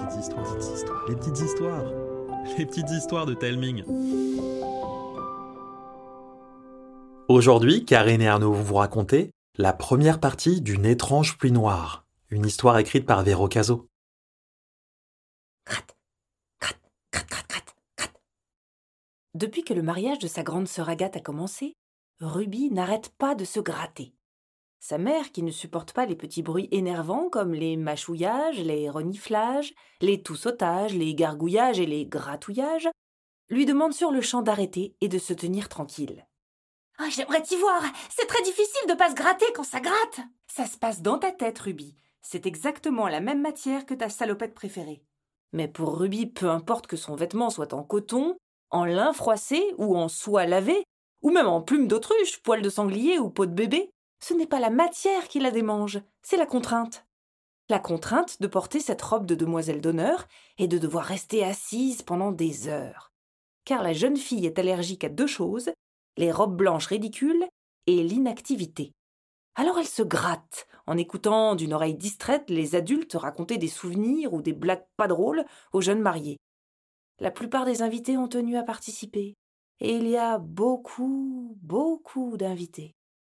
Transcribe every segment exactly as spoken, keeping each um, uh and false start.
petites histoires, les petites histoires, les petites histoires, les petites histoires de Telming. Aujourd'hui, Karine et Arnaud vont vous raconter la première partie d'une étrange pluie noire, une histoire écrite par Véro Cazot. Gratte, gratte, gratte, gratte, gratte, gratte. Depuis que le mariage de sa grande sœur Agathe a commencé, Ruby n'arrête pas de se gratter. Sa mère, qui ne supporte pas les petits bruits énervants comme les mâchouillages, les reniflages, les toussautages, les gargouillages et les gratouillages, lui demande sur le champ d'arrêter et de se tenir tranquille. Oh, j'aimerais t'y voir. C'est très difficile de pas se gratter quand ça gratte. Ça se passe dans ta tête, Ruby. C'est exactement la même matière que ta salopette préférée. Mais pour Ruby, peu importe que son vêtement soit en coton, en lin froissé ou en soie lavée, ou même en plume d'autruche, poil de sanglier ou peau de bébé, ce n'est pas la matière qui la démange, c'est la contrainte. La contrainte de porter cette robe de demoiselle d'honneur et de devoir rester assise pendant des heures. Car la jeune fille est allergique à deux choses, les robes blanches ridicules et l'inactivité. Alors elle se gratte, en écoutant d'une oreille distraite les adultes raconter des souvenirs ou des blagues pas drôles aux jeunes mariés. La plupart des invités ont tenu à participer, et il y a beaucoup, beaucoup d'invités.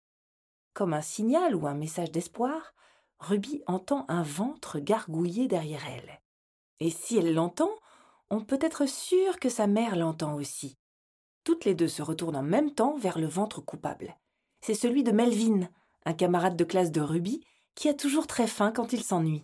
Comme un signal ou un message d'espoir, Ruby entend un ventre gargouiller derrière elle. Et si elle l'entend, on peut être sûr que sa mère l'entend aussi. Toutes les deux se retournent en même temps vers le ventre coupable. C'est celui de Melvin, un camarade de classe de Ruby, qui a toujours très faim quand il s'ennuie.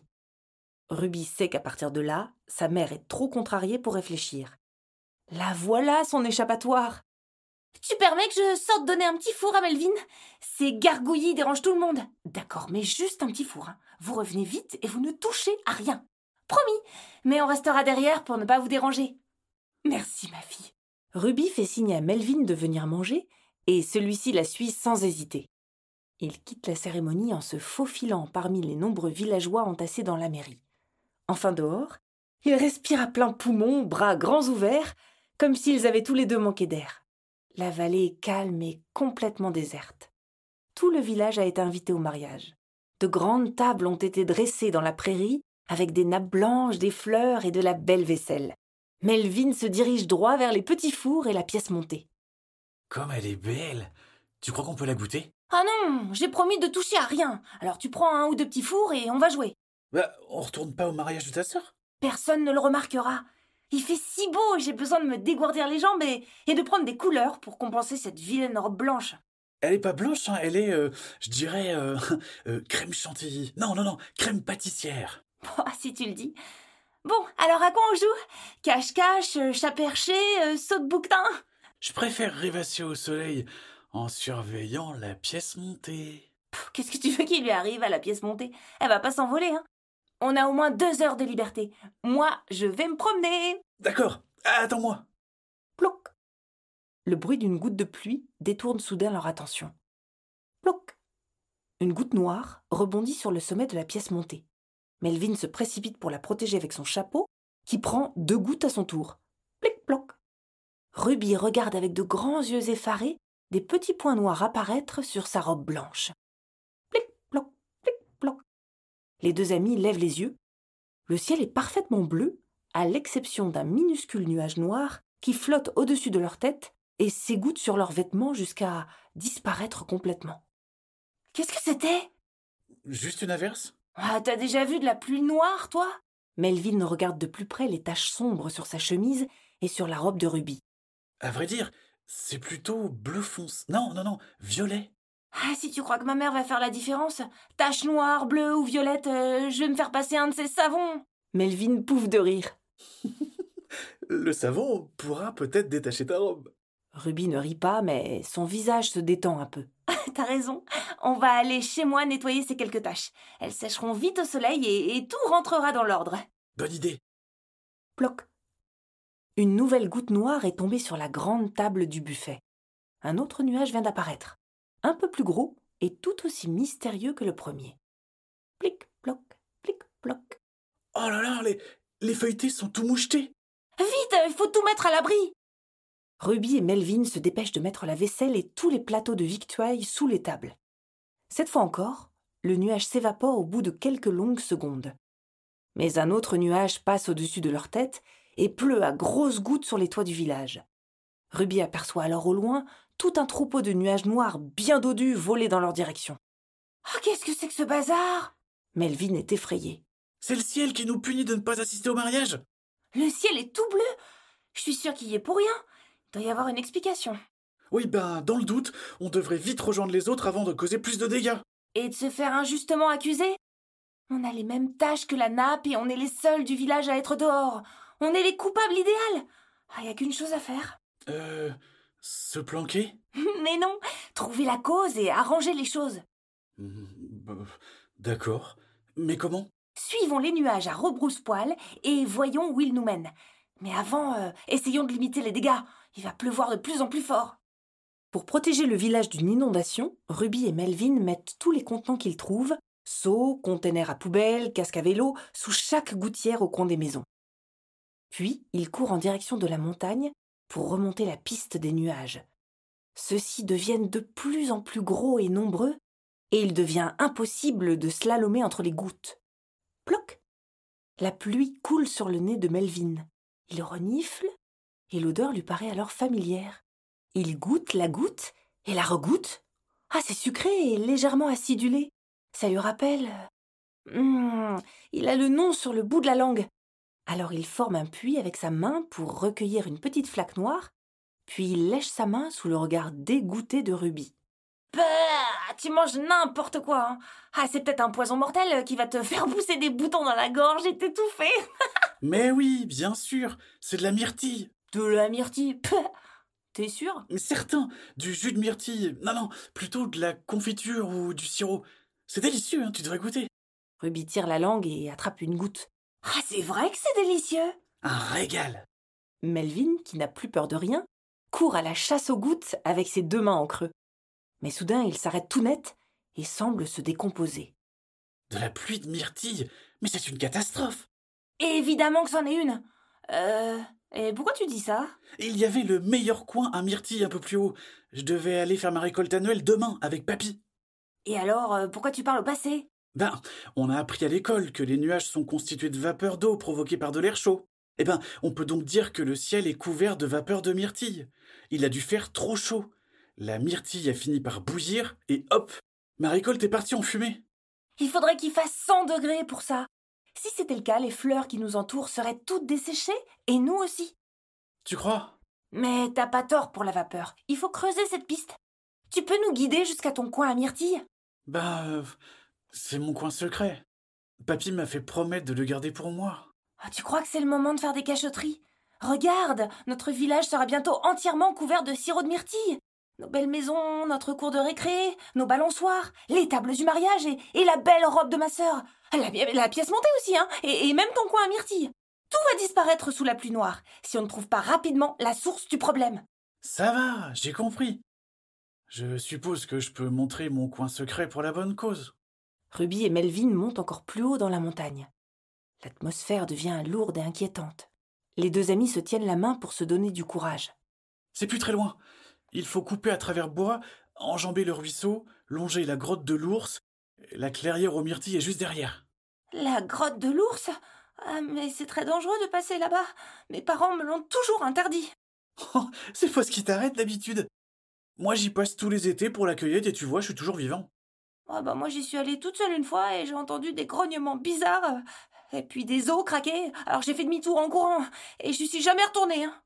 Ruby sait qu'à partir de là, sa mère est trop contrariée pour réfléchir. La voilà, son échappatoire! Tu permets que je sorte donner un petit four à Melvin? Ces gargouillis dérangent tout le monde. D'accord, mais juste un petit four. Hein. Vous revenez vite et vous ne touchez à rien. Promis, mais on restera derrière pour ne pas vous déranger. Merci, ma fille. Ruby fait signe à Melvin de venir manger et celui-ci la suit sans hésiter. Il quitte la cérémonie en se faufilant parmi les nombreux villageois entassés dans la mairie. Enfin dehors, il respire à plein poumon, bras grands ouverts, comme s'ils avaient tous les deux manqué d'air. La vallée est calme et complètement déserte. Tout le village a été invité au mariage. De grandes tables ont été dressées dans la prairie avec des nappes blanches, des fleurs et de la belle vaisselle. Melvin se dirige droit vers les petits fours et la pièce montée. Comme elle est belle! Tu crois qu'on peut la goûter? Ah non, j'ai promis de toucher à rien. Alors tu prends un ou deux petits fours et on va jouer. Bah, on retourne pas au mariage de ta sœur? Personne ne le remarquera. Il fait si beau et j'ai besoin de me dégourdir les jambes et, et de prendre des couleurs pour compenser cette vilaine robe blanche. Elle est pas blanche, hein, elle est, euh, je dirais, euh, euh, crème chantilly. Non, non, non, crème pâtissière. Oh, si tu le dis. Bon, alors à quoi on joue? Cache-cache, euh, chat perché, euh, saut de bouquetin? Je préfère rêvasser au soleil en surveillant la pièce montée. Pff, qu'est-ce que tu veux qu'il lui arrive à la pièce montée? Elle va pas s'envoler, hein. On a au moins deux heures de liberté. Moi, je vais me promener. D'accord, attends-moi. Plouc. Le bruit d'une goutte de pluie détourne soudain leur attention. Plouc. Une goutte noire rebondit sur le sommet de la pièce montée. Melvin se précipite pour la protéger avec son chapeau, qui prend deux gouttes à son tour. Plic ploc. Ruby regarde avec de grands yeux effarés des petits points noirs apparaître sur sa robe blanche. Plic ploc, plic ploc. Les deux amis lèvent les yeux. Le ciel est parfaitement bleu, à l'exception d'un minuscule nuage noir qui flotte au-dessus de leur tête et s'égoutte sur leurs vêtements jusqu'à disparaître complètement. Qu'est-ce que c'était? Juste une averse? Ah, t'as déjà vu de la pluie noire, toi? Melvin regarde de plus près les taches sombres sur sa chemise et sur la robe de Ruby. À vrai dire, c'est plutôt bleu foncé. Non, non, non, violet. Ah, si tu crois que ma mère va faire la différence, tache noire, bleue ou violette, euh, je vais me faire passer un de ces savons. Melvin pouffe de rire. Le savon pourra peut-être détacher ta robe. Ruby ne rit pas, mais son visage se détend un peu. T'as raison, on va aller chez moi nettoyer ces quelques taches. Elles sécheront vite au soleil et, et tout rentrera dans l'ordre. Bonne idée. Ploc. Une nouvelle goutte noire est tombée sur la grande table du buffet. Un autre nuage vient d'apparaître, un peu plus gros et tout aussi mystérieux que le premier. Plic, ploc, plic, ploc. Oh là là, les, les feuilletés sont tout mouchetés. Vite, il faut tout mettre à l'abri. Ruby et Melvin se dépêchent de mettre la vaisselle et tous les plateaux de victuailles sous les tables. Cette fois encore, le nuage s'évapore au bout de quelques longues secondes. Mais un autre nuage passe au-dessus de leur tête et pleut à grosses gouttes sur les toits du village. Ruby aperçoit alors au loin tout un troupeau de nuages noirs bien dodus voler dans leur direction. « Oh, qu'est-ce que c'est que ce bazar ?» Melvin est effrayée. « C'est le ciel qui nous punit de ne pas assister au mariage !»« Le ciel est tout bleu. Je suis sûre qu'il y est pour rien. Il doit y avoir une explication. » »« Oui, ben, dans le doute, on devrait vite rejoindre les autres avant de causer plus de dégâts. » »« Et de se faire injustement accuser ? On a les mêmes tâches que la nappe et on est les seuls du village à être dehors. On est les coupables idéaux. Il n'y a qu'une chose à faire. » »« Euh... se planquer ?»« Mais non, trouver la cause et arranger les choses. » D'accord. Mais comment ? Suivons les nuages à rebrousse-poil et voyons où ils nous mènent. Mais avant, euh, essayons de limiter les dégâts. Il va pleuvoir de plus en plus fort. Pour protéger le village d'une inondation, Ruby et Melvin mettent tous les contenants qu'ils trouvent, seaux, containers à poubelle, casques à vélo, sous chaque gouttière au coin des maisons. Puis, ils courent en direction de la montagne pour remonter la piste des nuages. Ceux-ci deviennent de plus en plus gros et nombreux, et il devient impossible de slalomer entre les gouttes. Ploc ! La pluie coule sur le nez de Melvin. Il renifle, et l'odeur lui paraît alors familière. Il goûte la goutte et la regoute. Ah, c'est sucré et légèrement acidulé. Ça lui rappelle... Mmh, il a le nom sur le bout de la langue. Alors il forme un puits avec sa main pour recueillir une petite flaque noire, puis il lèche sa main sous le regard dégoûté de Ruby. Bah, tu manges n'importe quoi. Hein. Ah, c'est peut-être un poison mortel qui va te faire pousser des boutons dans la gorge et t'étouffer. Mais oui, bien sûr, c'est de la myrtille. De la myrtille. Pah. T'es sûr ? Mais certain, du jus de myrtille. Non, non, plutôt de la confiture ou du sirop. C'est délicieux, hein, tu devrais goûter. Ruby tire la langue et attrape une goutte. Ah, c'est vrai que c'est délicieux. Un régal. Melvin, qui n'a plus peur de rien, court à la chasse aux gouttes avec ses deux mains en creux. Mais soudain, il s'arrête tout net et semble se décomposer. De la pluie de myrtille ? Mais c'est une catastrophe. Évidemment que c'en est une. Euh... Et pourquoi tu dis ça ? Il y avait le meilleur coin à myrtille un peu plus haut. Je devais aller faire ma récolte annuelle demain avec papy. Et alors, euh, pourquoi tu parles au passé ? Ben, on a appris à l'école que les nuages sont constitués de vapeur d'eau provoquée par de l'air chaud. Eh ben, on peut donc dire que le ciel est couvert de vapeur de myrtille. Il a dû faire trop chaud. La myrtille a fini par bouillir et hop, ma récolte est partie en fumée. Il faudrait qu'il fasse cent degrés pour ça. Si c'était le cas, les fleurs qui nous entourent seraient toutes desséchées, et nous aussi. Tu crois ? Mais t'as pas tort pour la vapeur. Il faut creuser cette piste. Tu peux nous guider jusqu'à ton coin à myrtille ? Ben, euh, c'est mon coin secret. Papy m'a fait promettre de le garder pour moi. Ah, tu crois que c'est le moment de faire des cachotteries ? Regarde, notre village sera bientôt entièrement couvert de sirop de myrtille. Nos belles maisons, notre cour de récré, nos balançoires, les tables du mariage et, et la belle robe de ma sœur. La, la pièce montée aussi, hein, et, et même ton coin à myrtille. Tout va disparaître sous la pluie noire, si on ne trouve pas rapidement la source du problème. Ça va, j'ai compris. Je suppose que je peux montrer mon coin secret pour la bonne cause. Ruby et Melvin montent encore plus haut dans la montagne. L'atmosphère devient lourde et inquiétante. Les deux amis se tiennent la main pour se donner du courage. C'est plus très loin. Il faut couper à travers bois, enjamber le ruisseau, longer la grotte de l'ours. La clairière aux myrtilles est juste derrière. La grotte de l'ours ? Ah, mais c'est très dangereux de passer là-bas. Mes parents me l'ont toujours interdit. Oh, c'est pas ce qui t'arrête d'habitude. Moi, j'y passe tous les étés pour la cueillette et tu vois, je suis toujours vivant. Ah bah moi, j'y suis allée toute seule une fois et j'ai entendu des grognements bizarres. Et puis des os craqués. Alors j'ai fait demi-tour en courant et je suis jamais retournée. Hein.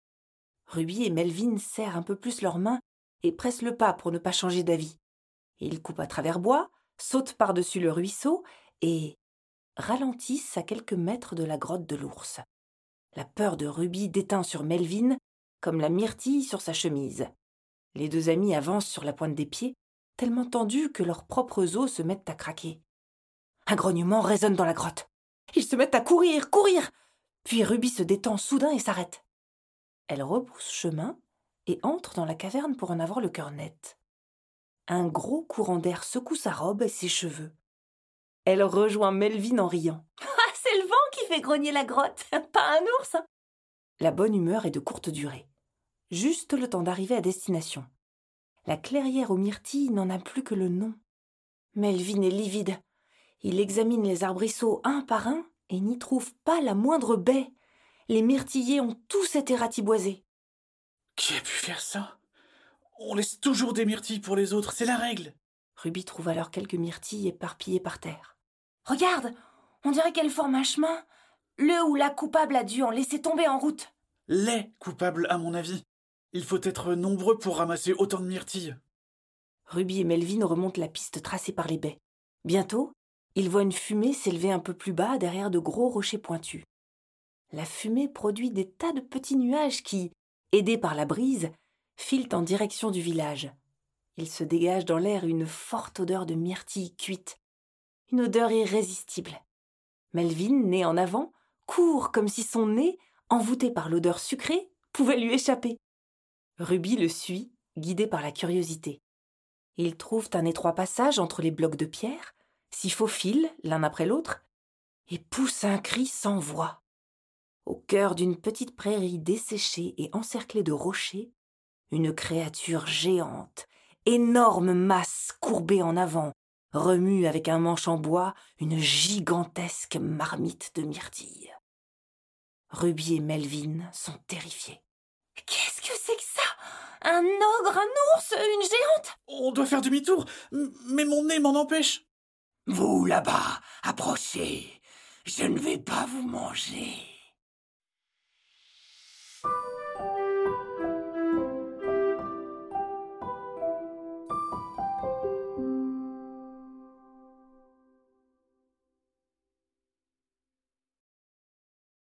Ruby et Melvin serrent un peu plus leurs mains et pressent le pas pour ne pas changer d'avis. Ils coupent à travers bois, sautent par-dessus le ruisseau et ralentissent à quelques mètres de la grotte de l'ours. La peur de Ruby déteint sur Melvin comme la myrtille sur sa chemise. Les deux amis avancent sur la pointe des pieds, tellement tendus que leurs propres os se mettent à craquer. Un grognement résonne dans la grotte. Ils se mettent à courir, courir. Puis Ruby se détend soudain et s'arrête. Elle rebrousse chemin et entre dans la caverne pour en avoir le cœur net. Un gros courant d'air secoue sa robe et ses cheveux. Elle rejoint Melvin en riant. Ah, c'est le vent qui fait grogner la grotte, pas un ours. La bonne humeur est de courte durée. Juste le temps d'arriver à destination. La clairière aux myrtilles n'en a plus que le nom. Melvin est livide. Il examine les arbrisseaux un par un et n'y trouvent pas la moindre baie. Les myrtillers ont tous été ratiboisés. Qui a pu faire ça? On laisse toujours des myrtilles pour les autres, c'est la règle. Ruby trouve alors quelques myrtilles éparpillées par terre. Regarde, on dirait qu'elles forment un chemin. Le ou la coupable a dû en laisser tomber en route. Les coupables, à mon avis. Il faut être nombreux pour ramasser autant de myrtilles. Ruby et Melvin remontent la piste tracée par les baies. Bientôt, ils voient une fumée s'élever un peu plus bas derrière de gros rochers pointus. La fumée produit des tas de petits nuages qui, aidés par la brise, filent en direction du village. Il se dégage dans l'air une forte odeur de myrtilles cuites, une odeur irrésistible. Melvin, né en avant, court comme si son nez, envoûté par l'odeur sucrée, pouvait lui échapper. Ruby le suit, guidé par la curiosité. Ils trouvent un étroit passage entre les blocs de pierre, s'y faufilent l'un après l'autre, et poussent un cri sans voix. Au cœur d'une petite prairie desséchée et encerclée de rochers, une créature géante, énorme masse courbée en avant, remue avec un manche en bois une gigantesque marmite de myrtilles. Ruby et Melvin sont terrifiés. Qu'est-ce que c'est que ça? Un ogre, un ours, une géante? On doit faire demi-tour, mais mon nez m'en empêche. Vous, là-bas, approchez. Je ne vais pas vous manger.